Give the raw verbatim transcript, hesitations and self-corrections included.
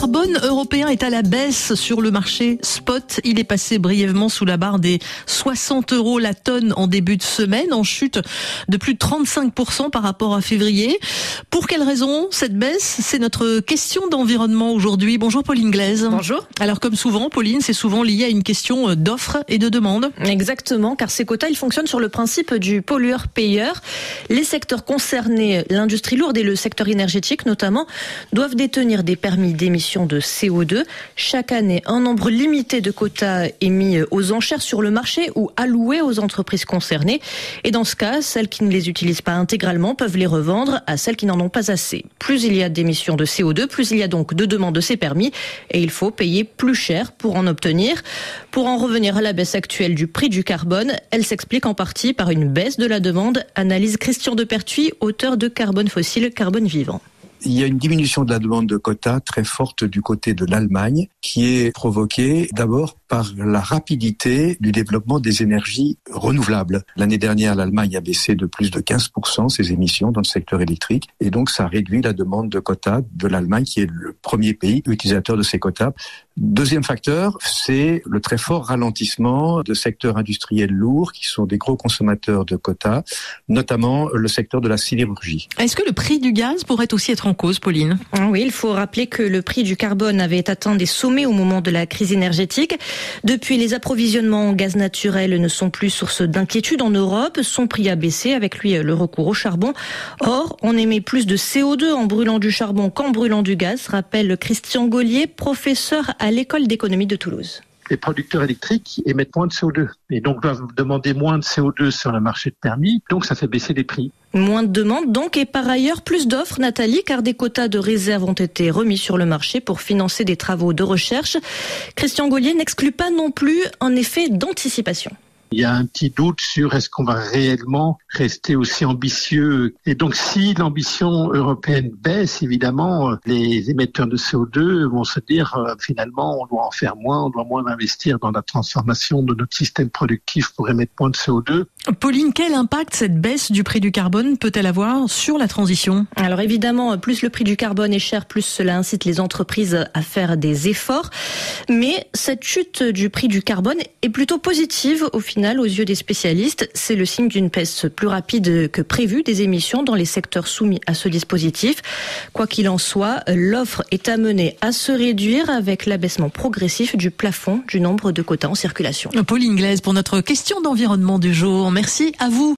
carbone européen est à la baisse sur le marché spot. Il est passé brièvement sous la barre des soixante euros la tonne en début de semaine, en chute de plus de trente-cinq pour cent par rapport à février. Pour quelles raisons cette baisse? C'est notre question d'environnement aujourd'hui. Bonjour Pauline Glaise. Bonjour. Alors comme souvent, Pauline, c'est souvent lié à une question d'offre et de demande. Exactement, car ces quotas, ils fonctionnent sur le principe du pollueur-payeur. Les secteurs concernés, l'industrie lourde et le secteur énergétique notamment, doivent détenir des permis d'émission de C O deux. Chaque année, un nombre limité de quotas est mis aux enchères sur le marché ou alloué aux entreprises concernées. Et dans ce cas, celles qui ne les utilisent pas intégralement peuvent les revendre à celles qui n'en ont pas assez. Plus il y a d'émissions de C O deux, plus il y a donc de demandes de ces permis et il faut payer plus cher pour en obtenir. Pour en revenir à la baisse actuelle du prix du carbone, elle s'explique en partie par une baisse de la demande, analyse Christian Depertuis, auteur de Carbone fossile, carbone vivant. Il y a une diminution de la demande de quotas très forte du côté de l'Allemagne qui est provoquée d'abord par la rapidité du développement des énergies renouvelables. L'année dernière, l'Allemagne a baissé de plus de quinze pour cent ses émissions dans le secteur électrique et donc ça réduit la demande de quotas de l'Allemagne qui est le premier pays utilisateur de ces quotas. Deuxième facteur, c'est le très fort ralentissement de secteurs industriels lourds qui sont des gros consommateurs de quotas, notamment le secteur de la sidérurgie. Est-ce que le prix du gaz pourrait aussi être en cause, Pauline? Oui, il faut rappeler que le prix du carbone avait atteint des sommets au moment de la crise énergétique. Depuis, les approvisionnements en gaz naturel ne sont plus source d'inquiétude en Europe. Son prix a baissé, avec lui le recours au charbon. Or, on émet plus de C O deux en brûlant du charbon qu'en brûlant du gaz, rappelle Christian Gaulier, professeur à l'École d'économie de Toulouse. Les producteurs électriques émettent moins de C O deux et donc doivent demander moins de C O deux sur le marché de permis, donc ça fait baisser les prix. Moins de demandes donc et par ailleurs plus d'offres, Nathalie, car des quotas de réserve ont été remis sur le marché pour financer des travaux de recherche. Christian Gaulier n'exclut pas non plus un effet d'anticipation. Il y a un petit doute sur est-ce qu'on va réellement rester aussi ambitieux. Et donc, si l'ambition européenne baisse, évidemment, les émetteurs de C O deux vont se dire, euh, finalement, on doit en faire moins, on doit moins investir dans la transformation de notre système productif pour émettre moins de C O deux. Pauline, quel impact cette baisse du prix du carbone peut-elle avoir sur la transition? Alors évidemment, plus le prix du carbone est cher, plus cela incite les entreprises à faire des efforts. Mais cette chute du prix du carbone est plutôt positive au final. Aux yeux des spécialistes, c'est le signe d'une baisse plus rapide que prévu des émissions dans les secteurs soumis à ce dispositif. Quoi qu'il en soit, l'offre est amenée à se réduire avec l'abaissement progressif du plafond du nombre de quotas en circulation. Pauline Glaise pour notre question d'environnement du jour. Merci à vous.